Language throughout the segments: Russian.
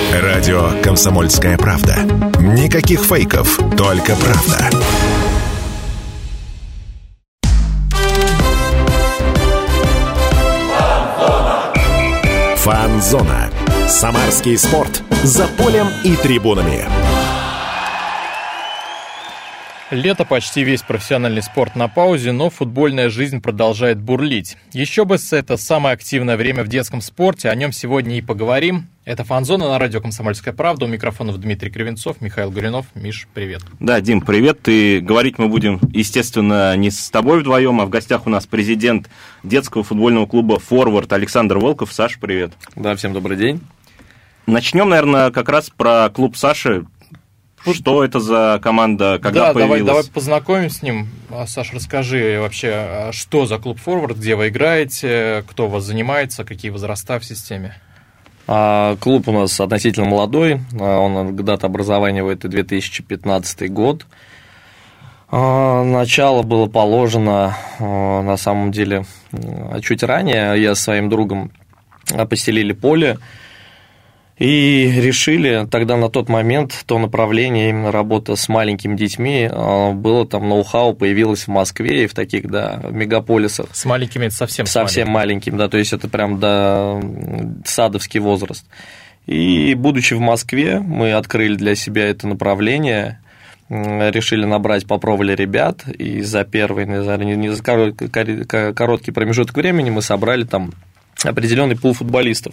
Радио «Комсомольская правда». Никаких фейков, только правда. Фан-зона. Самарский спорт. За полем и трибунами. Лето, почти весь профессиональный спорт на паузе, но футбольная жизнь продолжает бурлить. Еще бы, это самое активное время в детском спорте, о нем сегодня и поговорим. Это «Фан-зона» на радио «Комсомольская правда». У микрофонов Дмитрий Кривенцов, Михаил Горюнов. Миш, привет. Да, Дим, привет. И говорить мы будем, естественно, не с тобой вдвоем, а в гостях у нас президент детского футбольного клуба «Форвард» Александр Волков. Саш, привет. Да, всем добрый день. Начнем, наверное, как раз про клуб Саши. Что это за команда, когда появилась? Давай познакомимся с ним. Саш, расскажи вообще, что за клуб «Форвард», где вы играете, кто у вас занимается, какие возраста в системе? Клуб у нас относительно молодой, он дата образования в это 2015 год. Начало было положено, на самом деле, чуть ранее. Я со своим другом постелили поле. И решили тогда на тот момент то направление, именно работа с маленькими детьми, было там ноу-хау, появилось в Москве и в таких, да, мегаполисах. С маленькими это совсем маленьким, да, то есть это прям до садовский возраст. И будучи в Москве, мы открыли для себя это направление, решили набрать, попробовали ребят, и за первый, не за короткий промежуток времени мы собрали там определенный пул футболистов.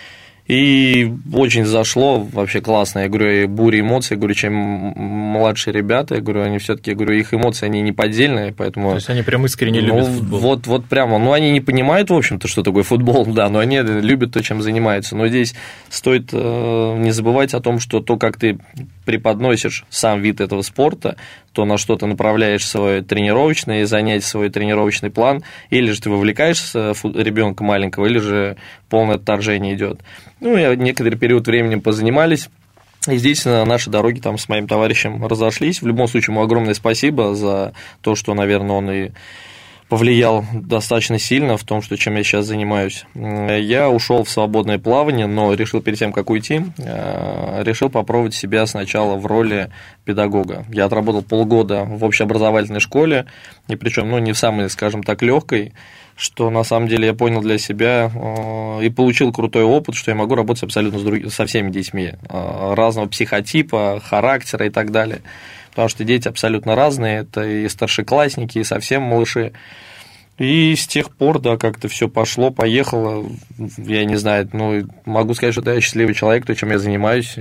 И очень зашло, вообще классно, я говорю, буря эмоций, я говорю, чем младшие ребята, я говорю, они все-таки, я говорю, их эмоции, они неподдельные, поэтому... То есть они прям искренне любят футбол. Вот прямо, они не понимают, в общем-то, что такое футбол, да, но они любят то, чем занимаются, но здесь стоит не забывать о том, что то, как ты преподносишь сам вид этого спорта, то, на что ты направляешь свое тренировочное занятие, свой тренировочный план, или же ты вовлекаешь ребенка маленького, или же полное отторжение идет. Некоторый период времени позанимались, и здесь наши дороги там с моим товарищем разошлись. В любом случае, ему огромное спасибо за то, что, наверное, он и повлиял достаточно сильно в том, чем я сейчас занимаюсь. Я ушел в свободное плавание, но решил перед тем, как уйти, решил попробовать себя сначала в роли педагога. Я отработал полгода в общеобразовательной школе, и причем не в самой, скажем так, легкой, что на самом деле я понял для себя и получил крутой опыт, что я могу работать абсолютно со всеми детьми разного психотипа, характера и так далее. Потому что дети абсолютно разные, это и старшеклассники, и совсем малыши. И с тех пор, да, как-то все пошло, поехало. Я не знаю, могу сказать, что я счастливый человек, то, чем я занимаюсь.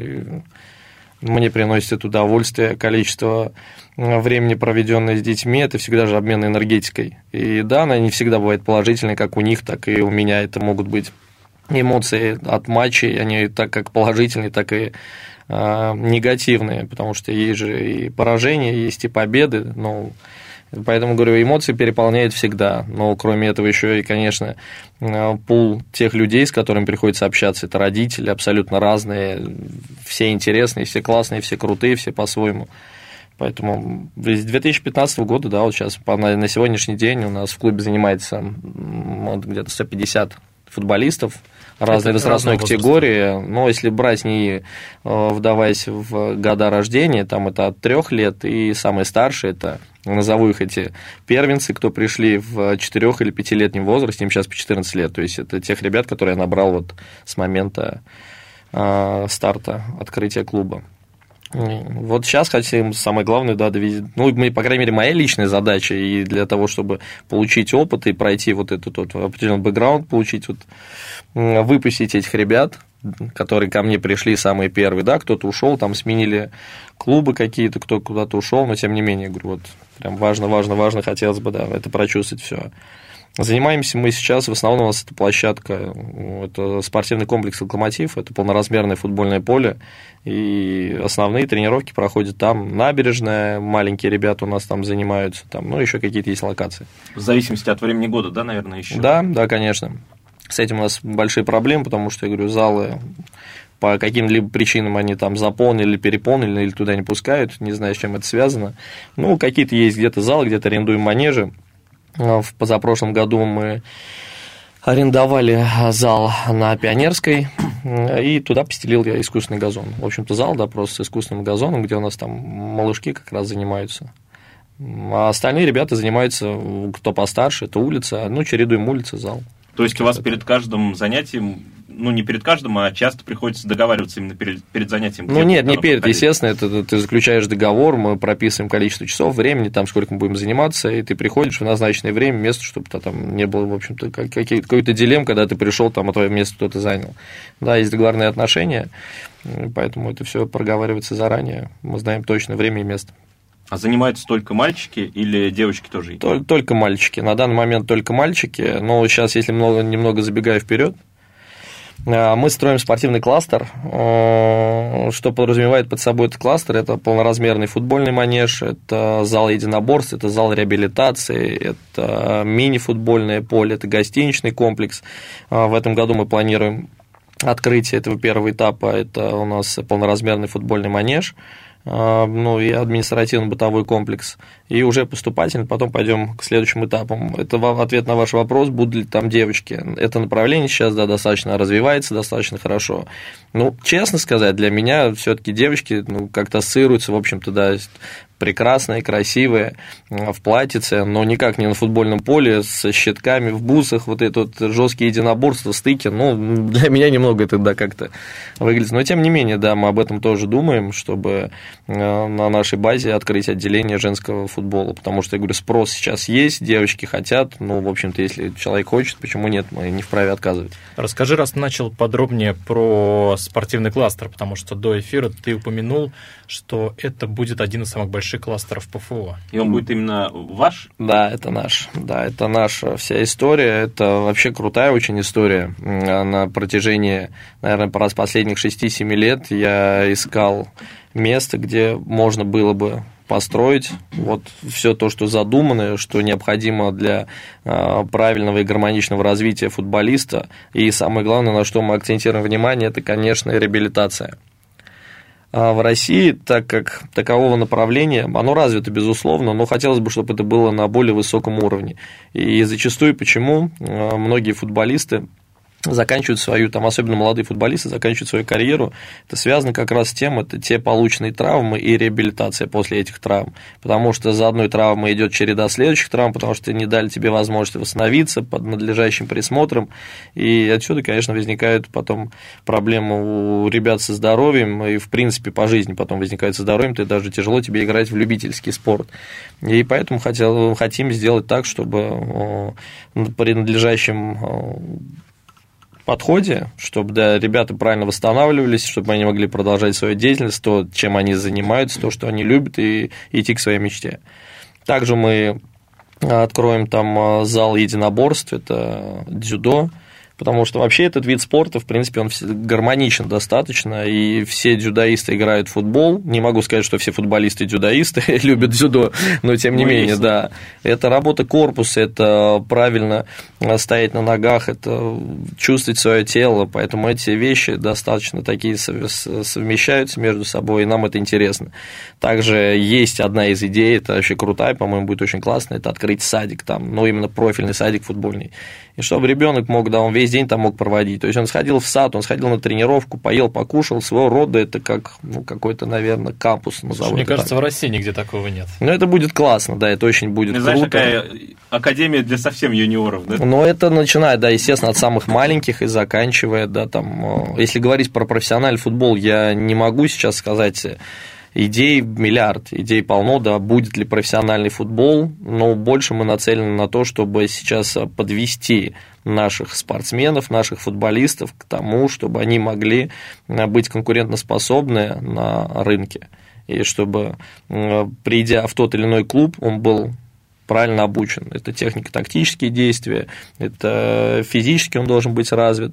Мне приносит это удовольствие, количество времени, проведенное с детьми, это всегда же обмен энергетикой. И да, она не всегда бывает положительной, как у них, так и у меня. Это могут быть эмоции от матчей, они так как положительные, так и негативные, потому что есть же и поражения, есть и победы, поэтому, говорю, эмоции переполняют всегда, но кроме этого еще и, конечно, пул тех людей, с которыми приходится общаться, это родители абсолютно разные, все интересные, все классные, все крутые, все по-своему. Поэтому с 2015 года, да, вот сейчас на сегодняшний день у нас в клубе занимается где-то 150 футболистов разной возрастной категории, но если брать, не вдаваясь в года рождения, там это от 3 лет, и самые старшие, это, назову их эти первенцы, кто пришли в 4 или 5-летнем возрасте, им сейчас по 14 лет, то есть это тех ребят, которые я набрал вот с момента старта, открытия клуба. Вот сейчас хотим, самое главное, да, по крайней мере, моя личная задача, и для того, чтобы получить опыт и пройти вот этот определенный бэкграунд, получить выпустить этих ребят, которые ко мне пришли самые первые, да, кто-то ушел, там сменили клубы какие-то, кто куда-то ушел, но тем не менее, говорю, прям важно, хотелось бы, да, это прочувствовать все. Занимаемся мы сейчас, в основном у нас это площадка, это спортивный комплекс «Локомотив», это полноразмерное футбольное поле, и основные тренировки проходят там, набережная, маленькие ребята у нас там занимаются, там, еще какие-то есть локации. В зависимости от времени года, да, наверное, еще? Да, конечно. С этим у нас большие проблемы, потому что, я говорю, залы по каким-либо причинам они там заполнили, переполнили, или туда не пускают, не знаю, с чем это связано. Какие-то есть где-то залы, где-то арендуем манежи. В позапрошлом году мы арендовали зал на Пионерской, и туда постелил я искусственный газон. В общем-то, зал, да, просто с искусственным газоном, где у нас там малышки как раз занимаются. А остальные ребята занимаются, кто постарше, это улица, чередуем улица, зал. То есть у вас перед каждым занятием, не перед каждым, а часто приходится договариваться именно перед занятием? Нет, не перед, естественно, это ты заключаешь договор, мы прописываем количество часов, времени, там, сколько мы будем заниматься, и ты приходишь в назначенное время, место, чтобы там не было, в общем-то, какой-то дилемм, когда ты пришел, там, а твое место кто-то занял. Да, есть договорные отношения, поэтому это все проговаривается заранее, мы знаем точно время и место. А занимаются только мальчики или девочки тоже? Только мальчики. На данный момент только мальчики. Но сейчас, если немного забегаю вперед, мы строим спортивный кластер. Что подразумевает под собой этот кластер? Это полноразмерный футбольный манеж, это зал единоборств, это зал реабилитации, это мини-футбольное поле, это гостиничный комплекс. В этом году мы планируем открытие этого первого этапа. Это у нас полноразмерный футбольный манеж. И административно-бытовой комплекс, и уже поступательно потом пойдем к следующим этапам. Это ответ на ваш вопрос, будут ли там девочки. Это направление сейчас, да, достаточно развивается, достаточно хорошо. Честно сказать, для меня все-таки девочки как-то ассоциируются, в общем-то, да, прекрасные, красивые, в платьице, но никак не на футбольном поле с щитками в бусах, вот это вот жесткие единоборства, стыки, для меня немного это, да, как-то выглядит. Но, тем не менее, да, мы об этом тоже думаем, чтобы на нашей базе открыть отделение женского футбола, потому что, я говорю, спрос сейчас есть, девочки хотят, в общем-то, если человек хочет, почему нет, мы не вправе отказывать. Расскажи, раз начал, подробнее про спортивный кластер, потому что до эфира ты упомянул, что это будет один из самых больших кластеров ПФО. И он будет именно ваш? Да, это наш. Да, это наша вся история. Это вообще крутая очень история. На протяжении, наверное, последних 6-7 лет я искал место, где можно было бы построить вот все то, что задумано, что необходимо для правильного и гармоничного развития футболиста. И самое главное, на что мы акцентируем внимание, это, конечно, реабилитация. В России, так как такового направления, оно развито, безусловно, но хотелось бы, чтобы это было на более высоком уровне. И зачастую почему многие футболисты заканчивают свою, особенно молодые футболисты, заканчивают свою карьеру, это связано как раз с тем, это те полученные травмы и реабилитация после этих травм, потому что за одной травмой идет череда следующих травм, потому что не дали тебе возможности восстановиться под надлежащим присмотром, и отсюда, конечно, возникают потом проблемы у ребят со здоровьем, и, в принципе, по жизни потом возникает со здоровьем, то даже тяжело тебе играть в любительский спорт, и поэтому хотим сделать так, чтобы при надлежащем подходе, чтобы ребята правильно восстанавливались, чтобы они могли продолжать свою деятельность, то, чем они занимаются, то, что они любят, и идти к своей мечте. Также мы откроем там зал единоборств, это дзюдо, потому что вообще этот вид спорта, в принципе, он гармоничен достаточно, и все дзюдоисты играют в футбол. Не могу сказать, что все футболисты дзюдоисты любят дзюдо, но тем не менее, да. Это работа корпуса, это правильно стоять на ногах, это чувствовать свое тело, поэтому эти вещи достаточно такие совмещаются между собой, и нам это интересно. Также есть одна из идей, это вообще крутая, по-моему, будет очень классно, это открыть садик там, именно профильный садик футбольный. И чтобы ребенок мог, да, он весь день там мог проводить. То есть он сходил в сад, он сходил на тренировку, поел, покушал, своего рода это как какой-то, наверное, кампус. Мне кажется, в России нигде такого нет. Это будет классно, да, это очень будет круто. Знаешь, такая академия для совсем юниоров, да? Это начиная, да, естественно, от самых маленьких и заканчивая, да, там, если говорить про профессиональный футбол, я не могу сейчас сказать. Идей миллиард, идей полно, да, будет ли профессиональный футбол, но больше мы нацелены на то, чтобы сейчас подвести наших спортсменов, наших футболистов к тому, чтобы они могли быть конкурентоспособны на рынке, и чтобы, придя в тот или иной клуб, он был правильно обучен. Это технико-тактические действия, это физически он должен быть развит.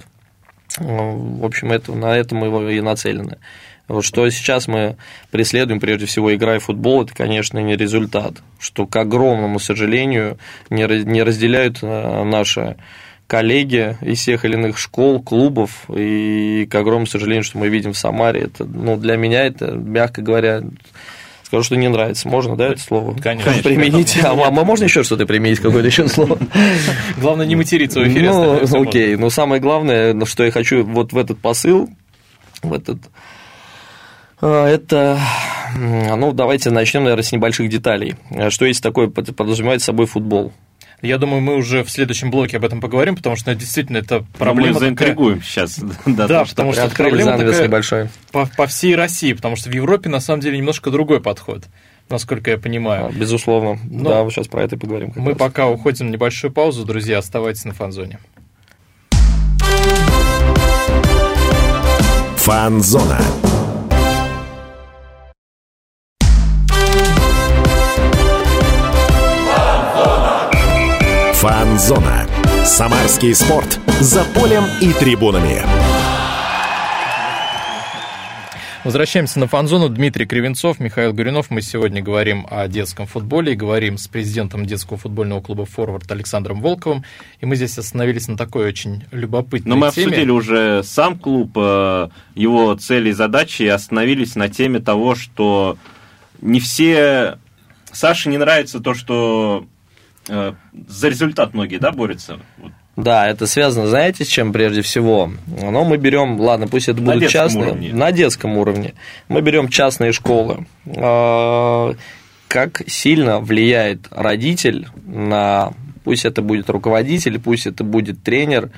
В общем, на это мы его и нацелены. Вот что сейчас мы преследуем, прежде всего, играя в футбол, это, конечно, не результат, что, к огромному сожалению, не разделяют наши коллеги из всех или иных школ, клубов, и, к огромному сожалению, что мы видим в Самаре, это, для меня это, мягко говоря, скажу, что не нравится. Можно, да, это слово? Конечно. Применить. А можно еще что-то применить, какое-то еще слово? Главное, не материться в эфире. Ну, окей. Но самое главное, что я хочу вот в этот посыл, это, ну, давайте начнем, наверное, с небольших деталей. Что есть такое, подразумевает собой футбол? Я думаю, мы уже в следующем блоке об этом поговорим, потому что действительно это проблема. Мы заинтригуем сейчас. Да, потому что это проблема такая небольшой. По всей России, потому что в Европе на самом деле немножко другой подход, насколько я понимаю. Безусловно. Да, вот сейчас про это и поговорим. Мы пока уходим на небольшую паузу, друзья, оставайтесь на Фанзоне. Фанзона. Фанзона. Самарский спорт. За полем и трибунами. Возвращаемся на Фанзону. Дмитрий Кривенцов, Михаил Горюнов. Мы сегодня говорим о детском футболе и говорим с президентом детского футбольного клуба «Форвард» Александром Волковым. И мы здесь остановились на такой очень любопытной теме. Но мы обсудили уже сам клуб, его цели и задачи, и остановились на теме того, что не все... Саше не нравится то, что за результат многие, да, борются? Да, это связано, знаете, с чем прежде всего? Но мы берем, ладно, пусть это будут частные, на детском уровне. Мы берем частные школы. Как сильно влияет родитель на, пусть это будет руководитель, пусть это будет тренер,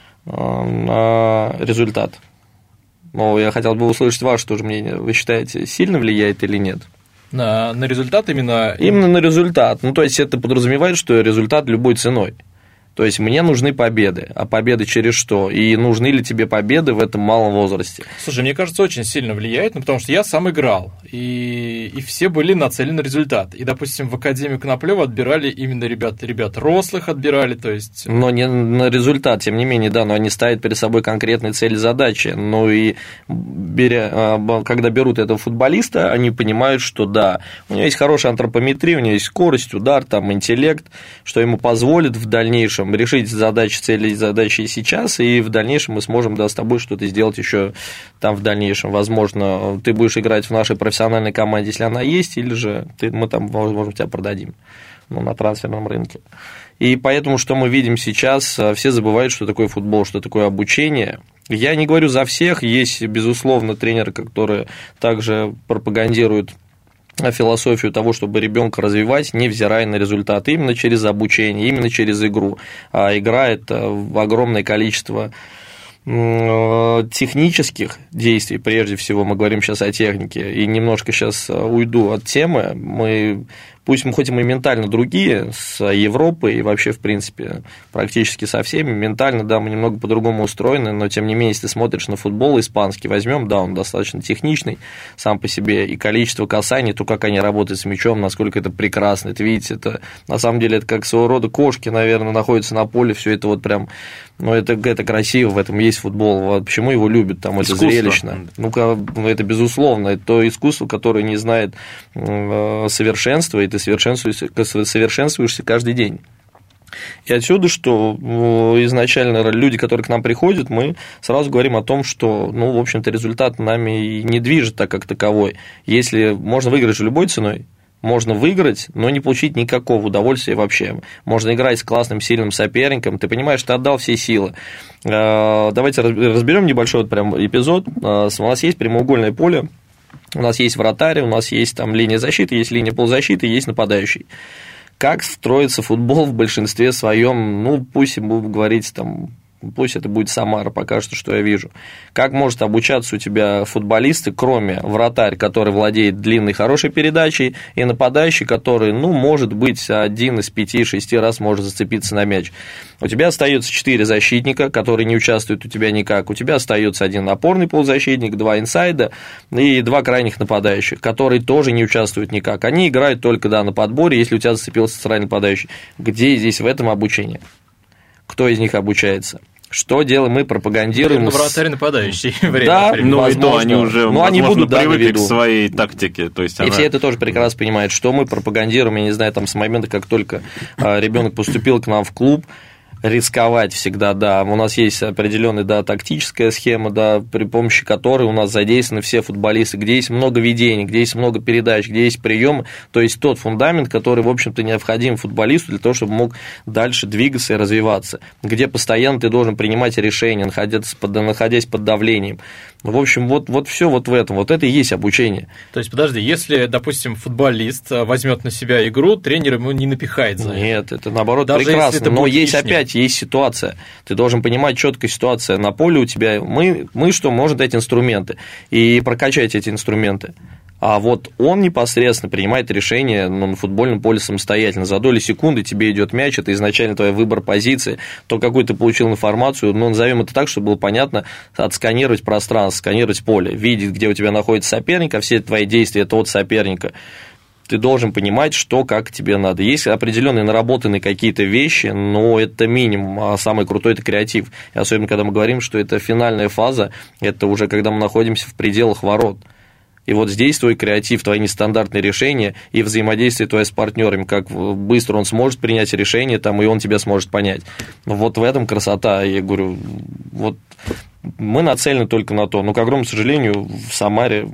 на результат? Ну, я хотел бы услышать ваше тоже мнение. Вы считаете, сильно влияет или нет? На результат именно? Именно на результат. Ну, то есть это подразумевает, что результат любой ценой. То есть мне нужны победы, а победы через что? И нужны ли тебе победы в этом малом возрасте? Слушай, мне кажется, очень сильно влияет, потому что я сам играл, и все были нацелены на результат. И, допустим, в Академию Коноплёва отбирали именно ребят рослых отбирали, то есть... Но не на результат, тем не менее, да, но они ставят перед собой конкретные цели, задачи. Ну и когда берут этого футболиста, они понимают, что да, у него есть хорошая антропометрия, у него есть скорость, удар, там, интеллект, что ему позволит в дальнейшем решить задачи, цели и задачи сейчас, и в дальнейшем мы сможем, да, с тобой что-то сделать еще там в дальнейшем. Возможно, ты будешь играть в нашей профессиональной команде, если она есть, или же мы там, возможно, тебя продадим, ну, на трансферном рынке. И поэтому, что мы видим сейчас, все забывают, что такое футбол, что такое обучение. Я не говорю за всех, есть, безусловно, тренеры, которые также пропагандируют философию того, чтобы ребенка развивать, невзирая на результаты, именно через обучение, именно через игру. А игра – это огромное количество технических действий, прежде всего, мы говорим сейчас о технике, и немножко сейчас уйду от темы, пусть мы хоть и мы ментально другие с Европой и вообще, в принципе, практически со всеми, ментально, да, мы немного по-другому устроены, но, тем не менее, если ты смотришь на футбол испанский, возьмем, да, он достаточно техничный сам по себе, и количество касаний, то, как они работают с мячом, насколько это прекрасно, это, видите, это, на самом деле, это как своего рода кошки, наверное, находятся на поле, все это вот прям, ну, это красиво, в этом есть футбол, вот почему его любят, там, это искусство. Зрелищно, ну, это безусловно, это то искусство, которое не знает совершенства, и ты совершенствуешься каждый день. И отсюда, что изначально люди, которые к нам приходят, мы сразу говорим о том, что, ну, в общем-то, результат нами и не движет так, как таковой. Если можно выиграть же любой ценой, можно выиграть, но не получить никакого удовольствия вообще. Можно играть с классным, сильным соперником, ты понимаешь, ты отдал все силы. Давайте разберем небольшой вот прям эпизод. У нас есть прямоугольное поле, у нас есть вратарь, у нас есть там линия защиты, есть линия полузащиты, есть нападающий. Как строится футбол в большинстве своем, ну, пусть будем говорить там, пусть это будет Самара, пока что я вижу. Как может обучаться у тебя футболисты, кроме вратарь, который владеет длинной хорошей передачей, и нападающий, который, ну, может быть, 1 из 5-6 раз может зацепиться на мяч. У тебя остается 4 защитника, которые не участвуют у тебя никак. У тебя остается 1 опорный полузащитник, 2 инсайда и 2 крайних нападающих, которые тоже не участвуют никак. Они играют только, да, на подборе, если у тебя зацепился центральный нападающий. Где здесь в этом обучение? Кто из них обучается? Что делаем? Мы пропагандируем... Вратарь нападающий. Да, но и то они уже, они будут, привыкли к своей тактике. То есть и все это тоже прекрасно понимают, что мы пропагандируем, я не знаю, там с момента, как только ребенок поступил к нам в клуб, рисковать всегда, да. У нас есть определенная, да, тактическая схема, да, при помощи которой у нас задействованы все футболисты, где есть много ведений, где есть много передач, где есть приемы, то есть тот фундамент, который, в общем-то, необходим футболисту для того, чтобы мог дальше двигаться и развиваться, где постоянно ты должен принимать решения, находясь под давлением. В общем, вот все вот в этом. Вот это и есть обучение. То есть, подожди, если, допустим, футболист возьмет на себя игру, тренер ему не напихает за это. Нет, это наоборот даже прекрасно. Но есть лишним. Опять есть ситуация. Ты должен понимать четкая ситуация. На поле у тебя мы что, можем дать инструменты и прокачать эти инструменты. А вот он непосредственно принимает решение на футбольном поле самостоятельно. За доли секунды тебе идет мяч, это изначально твой выбор позиции, то, какую ты получил информацию, назовем это так, чтобы было понятно, отсканировать пространство, сканировать поле, видеть, где у тебя находится соперник, а все твои действия – это от соперника. Ты должен понимать, что, как тебе надо. Есть определенные наработанные какие-то вещи, но это минимум, а самый крутой – это креатив. И особенно, когда мы говорим, что это финальная фаза, это уже когда мы находимся в пределах ворот. И вот здесь твой креатив, твои нестандартные решения и взаимодействие твое с партнерами, как быстро он сможет принять решение, там, и он тебя сможет понять. Вот в этом красота. Я говорю, вот мы нацелены только на то. Но, к огромному сожалению, в Самаре,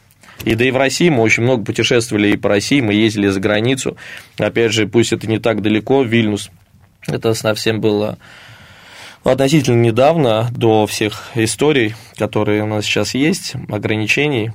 и да и в России мы очень много путешествовали и по России, мы ездили за границу. Опять же, пусть это не так далеко, Вильнюс, это совсем было относительно недавно, до всех историй, которые у нас сейчас есть, ограничений.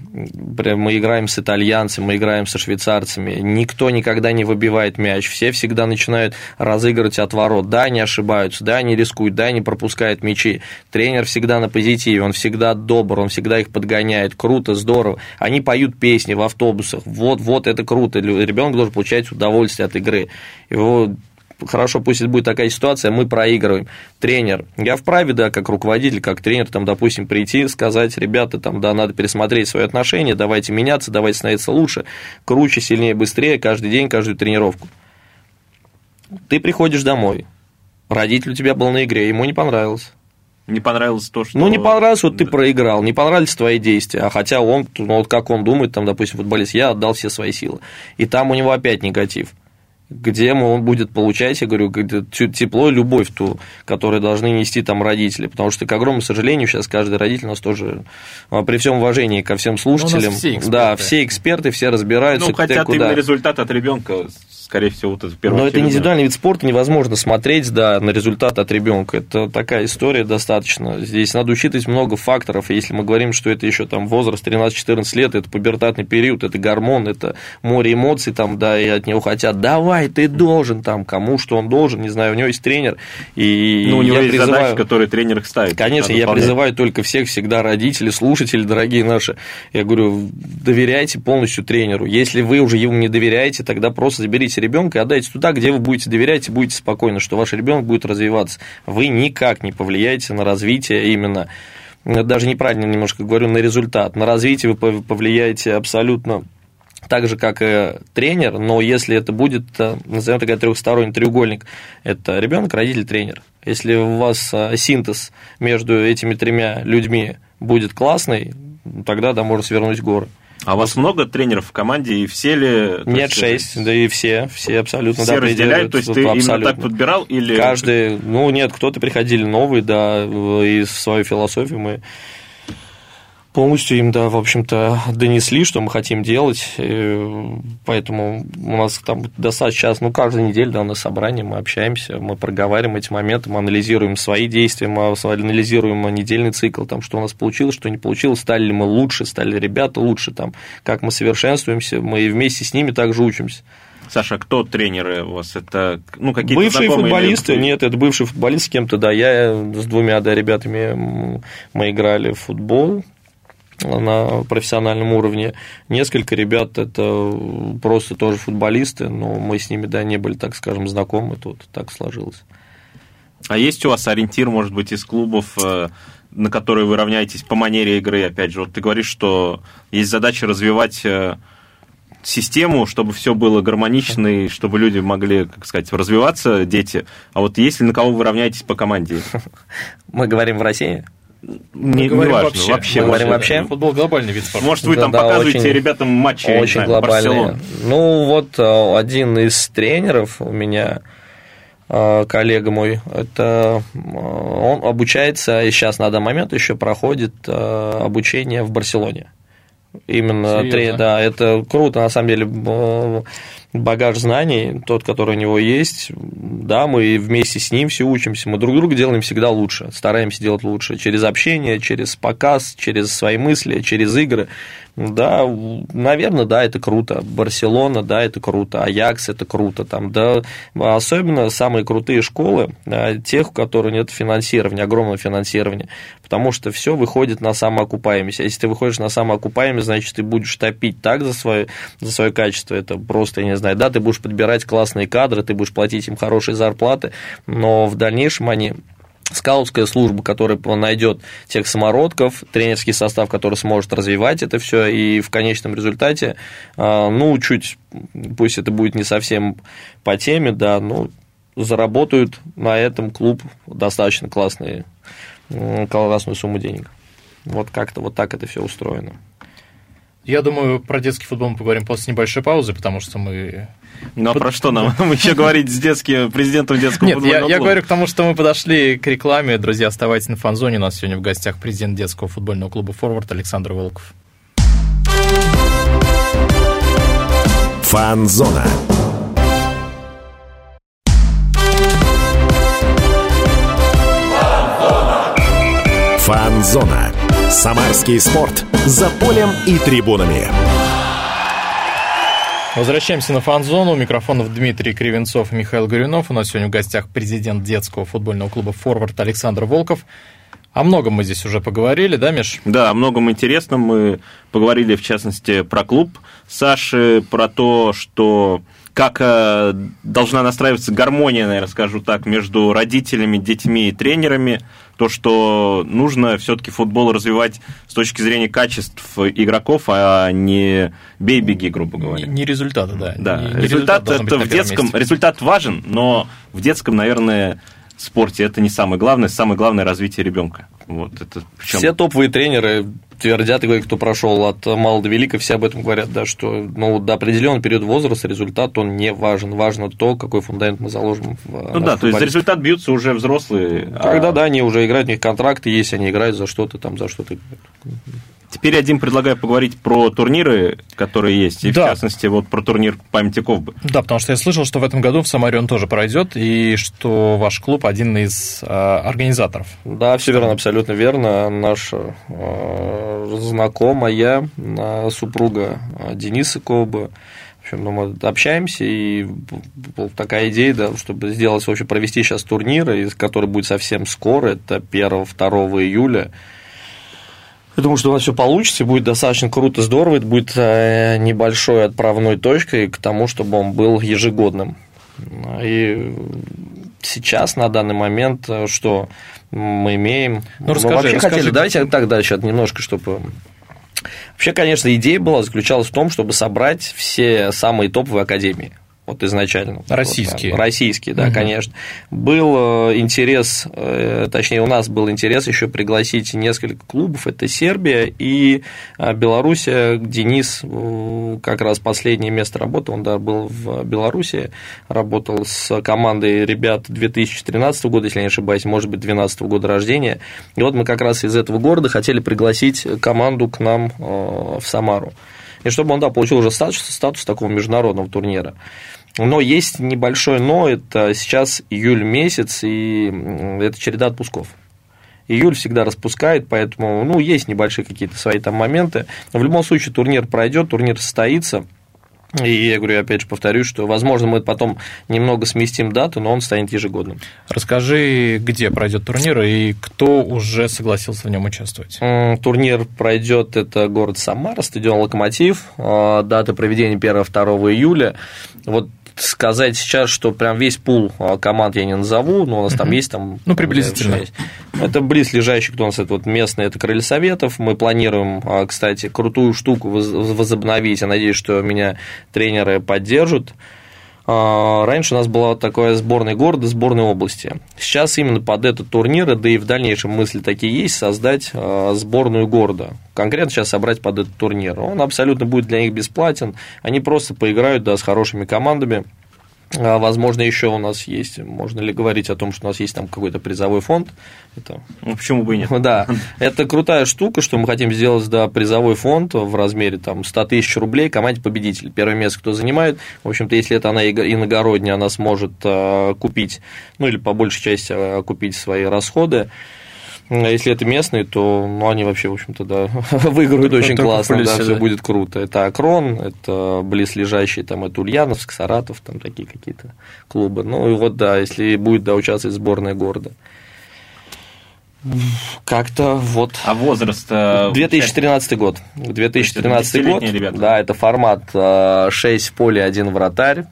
Мы играем с итальянцами, мы играем со швейцарцами, никто никогда не выбивает мяч, все всегда начинают разыгрывать от ворот, да, они ошибаются, да, они рискуют, да, они пропускают мячи, тренер всегда на позитиве, он всегда добр, он всегда их подгоняет, круто, здорово, они поют песни в автобусах, вот это круто, ребенок должен получать удовольствие от игры, его... Хорошо, пусть это будет такая ситуация, мы проигрываем. Тренер, я вправе, да, как руководитель, как тренер, там, допустим, прийти, сказать, ребята, там, да, надо пересмотреть свои отношения, давайте меняться, давайте становиться лучше, круче, сильнее, быстрее, каждый день, каждую тренировку. Ты приходишь домой, родитель у тебя был на игре, ему не понравилось. Не понравилось то, что... не понравилось, вот ты проиграл, не понравились твои действия, а хотя он, вот как он думает, там, допустим, футболист, я отдал все свои силы, и там у него опять негатив. Где он будет получать, я говорю, тепло и любовь ту, которую должны нести там родители, потому что, к огромному сожалению, сейчас каждый родитель у нас тоже, при всем уважении ко всем слушателям, все эксперты, все разбираются, хотят именно результат от ребенка, скорее всего, вот это в первую очередь. Но это индивидуальный вид спорта, невозможно смотреть, да, на результат от ребенка. Это такая история достаточно. Здесь надо учитывать много факторов. И если мы говорим, что это еще там возраст 13-14 лет, это пубертатный период, это гормон, это море эмоций, там, да, и от него хотят, давай, ты должен, там, кому что он должен, не знаю, у него есть тренер. И у него есть задачи, которые тренер их ставит. Конечно, я призываю только всех всегда родителей, слушатели, дорогие наши, я говорю, доверяйте полностью тренеру. Если вы уже ему не доверяете, тогда просто заберите ребенка и отдайте туда, где вы будете доверять и будете спокойны, что ваш ребенок будет развиваться. Вы никак не повлияете на развитие именно, даже неправильно немножко говорю, на результат. На развитие вы повлияете абсолютно так же, как и тренер, но если это будет, назовем такой трехсторонний треугольник, это ребенок, родитель, тренер. Если у вас синтез между этими тремя людьми будет классный, тогда, да, можно свернуть горы. А у вас много тренеров в команде, и все ли... Нет, 6, да и все абсолютно. Все разделяют, то есть ты именно так подбирал, или... Каждый, нет, кто-то приходили новые, да, и свою философию мы полностью им, да, в общем-то, донесли, что мы хотим делать, поэтому у нас там достаточно сейчас, каждую неделю, да, на собрании мы общаемся, мы проговариваем эти моменты, мы анализируем свои действия, мы анализируем недельный цикл, там, что у нас получилось, что не получилось, стали ли мы лучше, стали ли ребята лучше, там, как мы совершенствуемся, мы вместе с ними также учимся. Саша, кто тренеры у вас? Это, какие-то бывшие знакомые футболисты? Или... Нет, это бывший футболист с кем-то, да, я с двумя, да, ребятами, мы играли в футбол на профессиональном уровне. Несколько ребят это просто тоже футболисты, но мы с ними, да, не были, так скажем, знакомы, тут так сложилось. А есть у вас ориентир, может быть, из клубов, на которые вы равняетесь по манере игры? Опять же, вот ты говоришь, что есть задача развивать систему, чтобы все было гармонично, и чтобы люди могли, как сказать, развиваться, дети. А вот есть ли на кого вы равняетесь по команде? Мы говорим в России? Не важно, вообще. Мы говорим вообще? Футбол глобальный вид спорта. Может, вы там показываете очень, ребятам матчи, очень глобальные. Барселоны? Вот один из тренеров у меня, коллега мой, это он обучается, и сейчас на данный момент еще проходит обучение в Барселоне. Именно, да, это круто, на самом деле, багаж знаний, тот, который у него есть, да, мы вместе с ним все учимся, мы друг друга делаем всегда лучше, стараемся делать лучше, через общение, через показ, через свои мысли, через игры, да, наверное, да, это круто, Барселона, да, это круто, Аякс, это круто, там, да, особенно самые крутые школы, да, тех, у которых нет финансирования, огромного финансирования, потому что все выходит на самоокупаемость, а если ты выходишь на самоокупаемость, значит, ты будешь топить так за свое качество, это просто, я не знаю, да, ты будешь подбирать классные кадры, ты будешь платить им хорошие зарплаты, но в дальнейшем они... Скаутская служба, которая найдет тех самородков, тренерский состав, который сможет развивать это все, и в конечном результате, ну, чуть, пусть это будет не совсем по теме, да, ну, заработают на этом клуб достаточно классную сумму денег. Вот как-то вот так это все устроено. Я думаю, про детский футбол мы поговорим после небольшой паузы, потому что мы... Ну, а про что нам еще говорить с президентом детского футбольного клуба? Я говорю к тому, что мы подошли к рекламе. Друзья, оставайтесь на Фанзоне. У нас сегодня в гостях президент детского футбольного клуба «Форвард» Александр Волков. Фанзона. Фанзона. Самарский спорт. За полем и трибунами. Возвращаемся на Фанзону. У микрофонов Дмитрий Кривенцов и Михаил Горюнов. У нас сегодня в гостях президент детского футбольного клуба «Форвард» Александр Волков. О многом мы здесь уже поговорили, да, Миш? Да, о многом интересном. Мы поговорили, в частности, про клуб Саши, про то, что как должна настраиваться гармония, наверное, скажу так, между родителями, детьми и тренерами. То, что нужно все-таки футбол развивать с точки зрения качеств игроков, а не бей-беги, грубо говоря. Не результаты, да. Да, не результат это в детском. Результат важен, но в детском, наверное, спорте это не самое главное. Самое главное развитие ребенка. Вот это все топовые тренеры твердят, и говорят, кто прошел от мала до велика, все об этом говорят, да, что до определенного периода возраста результат он не важен. Важно то, какой фундамент мы заложим в да, то есть за результат бьются уже взрослые. Когда да, они уже играют, у них контракты есть, они играют за что-то там, за что-то. Теперь, Адим, предлагаю поговорить про турниры, которые есть, и в частности вот про турнир памяти Ковбы. Да, потому что я слышал, что в этом году в Самаре он тоже пройдет, и что ваш клуб один из организаторов. Да, все верно, абсолютно верно. Наша знакомая, супруга Дениса Ковбы. В общем, мы общаемся, и была такая идея, да, чтобы сделать, вообще провести сейчас турнир, который будет совсем скоро, это 1-2 июля. Я думаю, что у нас все получится, и будет достаточно круто, здорово, это будет небольшой отправной точкой к тому, чтобы он был ежегодным. И сейчас, на данный момент, что мы имеем... Расскажи. Хотели, давайте так дальше, немножко, чтобы... Вообще, конечно, идея была, заключалась в том, чтобы собрать все самые топовые академии. Вот изначально. Российские. Вот, российские, да, конечно. Был интерес, точнее, у нас был интерес еще пригласить несколько клубов. Это Сербия и Белоруссия. Денис как раз последнее место работы, он, да, был в Беларуси, работал с командой ребят 2013 года, если я не ошибаюсь, может быть, 2012 года рождения. И вот мы как раз из этого города хотели пригласить команду к нам в Самару. И чтобы он, да, получил уже статус такого международного турнира. Но есть небольшое но, это сейчас июль месяц, и это череда отпусков. Июль всегда распускает, поэтому, есть небольшие какие-то свои там моменты. Но в любом случае турнир пройдет, турнир состоится. И я говорю, опять же повторюсь, что, возможно, мы потом немного сместим дату, но он станет ежегодным. Расскажи, где пройдет турнир и кто уже согласился в нем участвовать? Турнир пройдет, это город Самара, стадион «Локомотив», дата проведения 1-2 июля. Вот сказать сейчас, что прям весь пул команд я не назову, но у нас там есть там... приблизительно. Это близлежащий, кто у нас это вот местный, это Крылья Советов. Мы планируем, кстати, крутую штуку возобновить. Я надеюсь, что меня тренеры поддержат. Раньше у нас была такая сборная города, сборная области. Сейчас именно под этот турнир, да и в дальнейшем мысли такие есть, создать сборную города. Конкретно сейчас собрать под этот турнир. Он абсолютно будет для них бесплатен. Они просто поиграют, да, с хорошими командами. Возможно, еще у нас есть, можно ли говорить о том, что у нас есть там какой-то призовой фонд. Это... Ну, почему бы и нет? Да, это крутая штука, что мы хотим сделать, да, призовой фонд в размере там 100 тысяч рублей команде победителей. Первое место, кто занимает, в общем-то, если это она иногородняя, она сможет купить, ну или по большей части купить свои расходы. Если это местные, то они вообще, в общем-то, да, выиграют очень классно, да, все будет круто. Это Акрон, это близлежащие, там, это Ульяновск, Саратов, там такие какие-то клубы. Ну и вот, да, если будет, да, участвовать сборная города. Как-то вот. А возраст? 2013 год. 2013 год, ребята. Да, это формат 6 в поле, 1 вратарь.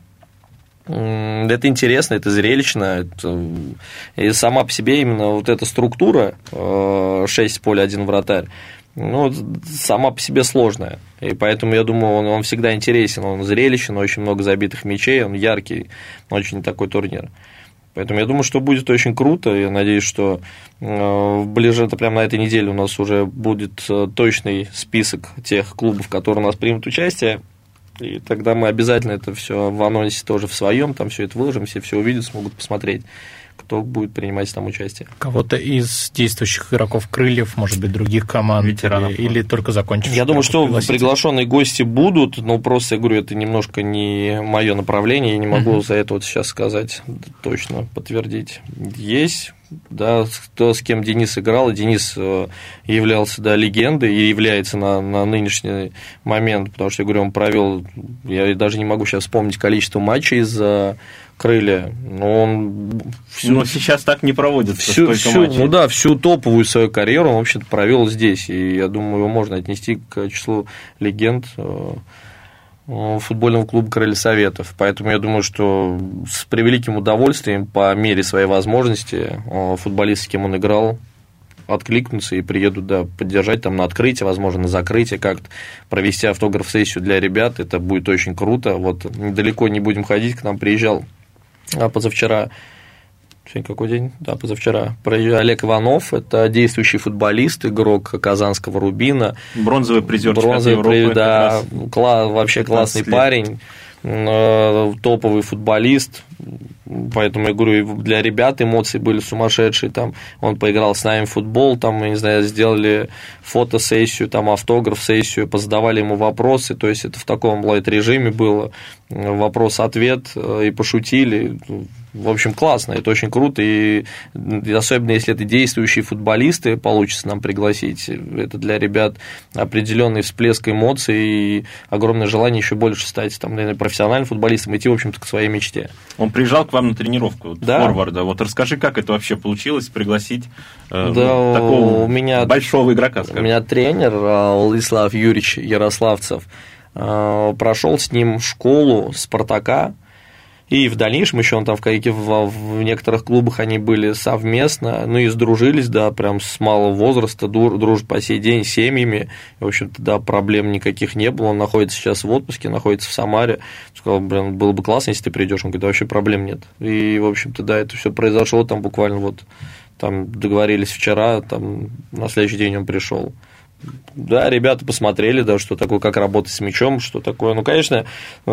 Это интересно, это зрелищно, и сама по себе именно вот эта структура 6 в поле, 1 вратарь, ну, сама по себе сложная, и поэтому, я думаю, он всегда интересен, он зрелищен, очень много забитых мячей, он яркий, очень такой турнир. Поэтому я думаю, что будет очень круто. Я надеюсь, что ближе, это прямо на этой неделе у нас уже будет точный список тех клубов, которые у нас примут участие. И тогда мы обязательно это все в анонсе тоже в своем, там все это выложим, все увидят, смогут посмотреть, кто будет принимать там участие. Кого-то из действующих игроков крыльев, может быть, других команд, ветеранов, или только закончивших? Я думаю, что приглашенные гости будут, но просто, я говорю, это немножко не мое направление, я не могу за это вот сейчас сказать точно, подтвердить. Есть. Да, кто с кем Денис играл, Денис являлся, да, легендой и является на нынешний момент, потому что, я говорю, он провел, я даже не могу сейчас вспомнить количество матчей за крылья, но он... Но сейчас так не проводится столько матчей. Ну да, всю топовую свою карьеру он, в общем-то, провел здесь, и я думаю, его можно отнести к числу легенд футбольного клуба «Крылья Советов». Поэтому я думаю, что с превеликим удовольствием, по мере своей возможности, футболисты, с кем он играл, откликнутся и приедут, да, поддержать там на открытие, возможно, на закрытие, как-то провести автограф-сессию для ребят. Это будет очень круто. Вот недалеко не будем ходить, к нам приезжал позавчера. Сегодня какой день? Да, позавчера. Олег Иванов, это действующий футболист, игрок казанского «Рубина». Бронзовый призер чемпионата Европы. Да, вообще классный парень, топовый футболист. Поэтому, я говорю, для ребят эмоции были сумасшедшие. Там он поиграл с нами в футбол, там, я не знаю, сделали фотосессию, там, автограф-сессию, позадавали ему вопросы. То есть это в таком лайт-режиме было, вопрос-ответ, и пошутили. В общем, классно, это очень круто, и особенно если это действующие футболисты, получится нам пригласить, это для ребят определенный всплеск эмоций и огромное желание еще больше стать там, наверное, профессиональным футболистом, идти, в общем-то, к своей мечте. Он приезжал к вам на тренировку, да? Форварда. Вот расскажи, как это вообще получилось, пригласить такого большого игрока, скажем. У меня тренер Владислав Юрьевич Ярославцев, прошел с ним школу «Спартака». И в дальнейшем еще он там в некоторых клубах они были совместно, ну и сдружились, да, прям с малого возраста, дружат по сей день с семьями. В общем-то, да, проблем никаких не было. Он находится сейчас в отпуске, находится в Самаре. Сказал, блин, было бы классно, если ты придешь. Он говорит, да, вообще проблем нет. И, в общем-то, да, это все произошло там буквально вот, там договорились вчера, там на следующий день он пришел. Да, ребята посмотрели, да, что такое, как работать с мячом, что такое. Ну, конечно,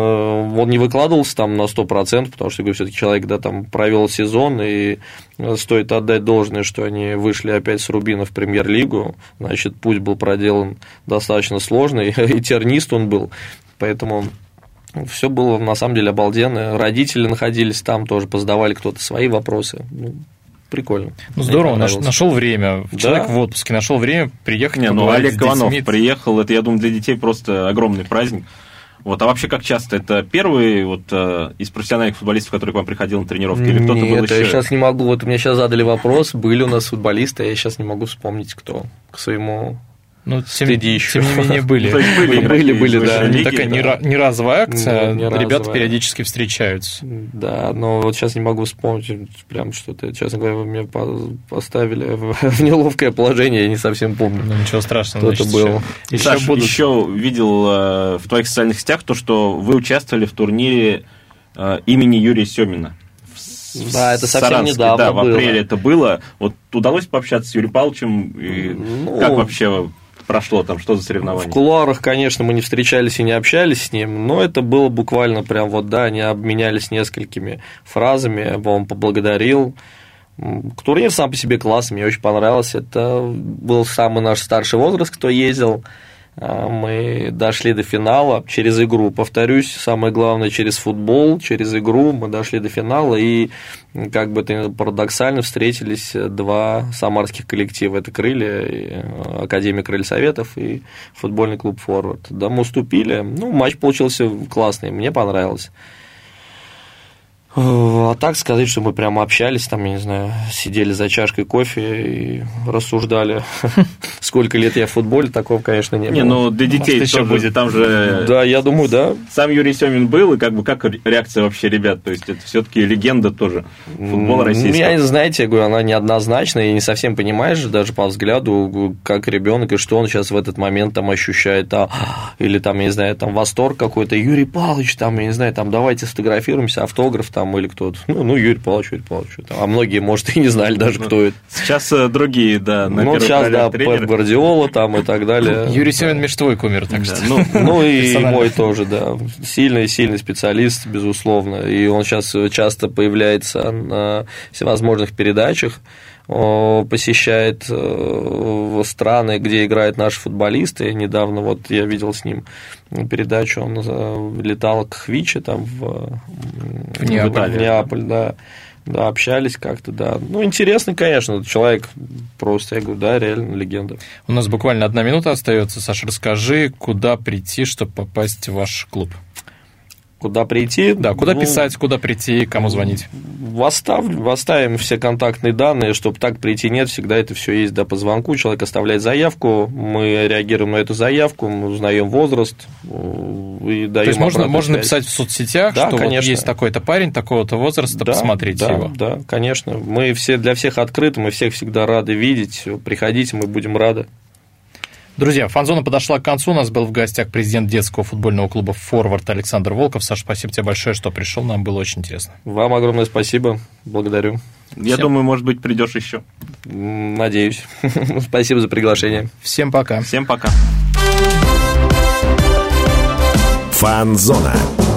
он не выкладывался там на 100%, потому что, я говорю, все-таки человек, да, там провел сезон, и стоит отдать должное, что они вышли опять с Рубина в премьер-лигу, значит, путь был проделан достаточно сложный, и тернист он был, поэтому все было на самом деле обалденно. Родители находились там, тоже позадавали кто-то свои вопросы. Прикольно. Ну, здорово, нашел время. Да? Человек в отпуске нашел время приехать. Олег Иванов приехал, это, я думаю, для детей просто огромный праздник. Вот, а вообще, как часто? Это первый вот, из профессиональных футболистов, который к вам приходил на тренировки, или кто-то был еще? Я сейчас не могу. Вот мне сейчас задали вопрос, были у нас футболисты, я сейчас не могу вспомнить, кто, к своему... Ну, тем не менее, были. Были, да. Не такая не разовая акция, ребята периодически встречаются. Да, но вот сейчас не могу вспомнить прям что-то. Честно говоря, вы меня поставили в неловкое положение, я не совсем помню. Ну, ничего страшного. Что-то было. Саш, еще видел в твоих социальных сетях то, что вы участвовали в турнире имени Юрия Семина. Да, это совсем недавно было. Да, в апреле это было. Вот удалось пообщаться с Юрием Павловичем? Как вообще прошло там, что за соревнования? В кулуарах, конечно, мы не встречались и не общались с ним, но это было буквально прям вот, да, они обменялись несколькими фразами, он поблагодарил. Турнир сам по себе классный, мне очень понравился. Это был самый наш старший возраст, кто ездил. Мы дошли до финала через игру. Повторюсь, самое главное, через футбол, через игру мы дошли до финала, и, как бы это парадоксально, встретились два самарских коллектива. Это «Крылья», Академия Крыльсоветов и футбольный клуб «Форвард». Да, мы уступили. Ну, матч получился классный, мне понравилось. А так сказать, что мы прямо общались, там, я не знаю, сидели за чашкой кофе и рассуждали, сколько лет я в футболе, такого, конечно, не было. Не, ну для детей тоже будет, там же... Да, я думаю, да. Сам Юрий Семин был, и как реакция вообще ребят, то есть это все-таки легенда тоже футбола российского. Я, знаете, я говорю, она неоднозначная, и не совсем понимаешь даже по взгляду, как ребенок и что он сейчас в этот момент там ощущает, или там, я не знаю, там восторг какой-то, Юрий Павлович, там, я не знаю, там, давайте сфотографируемся, автограф там, или кто-то, ну, Юрий Павлович, а многие, может, и не знали даже, кто это. Сейчас другие, да, на ну, сейчас, да, Пеп Гвардиола там и так далее. Юрий Семин твой кумир, так что. Ну, и мой тоже, да, сильный специалист, безусловно, и он сейчас часто появляется на всевозможных передачах, посещает страны, где играют наши футболисты. Недавно вот я видел с ним передачу, он летал к Хвиче там в Неаполь, да. Да, общались как-то, да. Ну, интересно, конечно, человек просто, я говорю, да, реально легенда. У нас буквально 1 минута остается. Саша, расскажи, куда прийти, чтобы попасть в ваш клуб? Куда прийти? Да, куда писать, куда прийти, кому звонить? Оставим все контактные данные, чтобы так прийти нет, всегда это все есть, да, по звонку, человек оставляет заявку, мы реагируем на эту заявку, мы узнаем возраст и даем. То есть можно написать в соцсетях, да, что вот есть такой-то парень такого-то возраста, да, посмотрите его. Да, конечно, мы для всех открыты, мы всех всегда рады видеть, приходите, мы будем рады. Друзья, фан-зона подошла к концу. У нас был в гостях президент детского футбольного клуба «Форвард» Александр Волков. Саша, спасибо тебе большое, что пришел. Нам было очень интересно. Вам огромное спасибо. Благодарю. Я думаю, может быть, придешь еще. Надеюсь. Спасибо за приглашение. Всем пока. Всем пока. Фан-зона.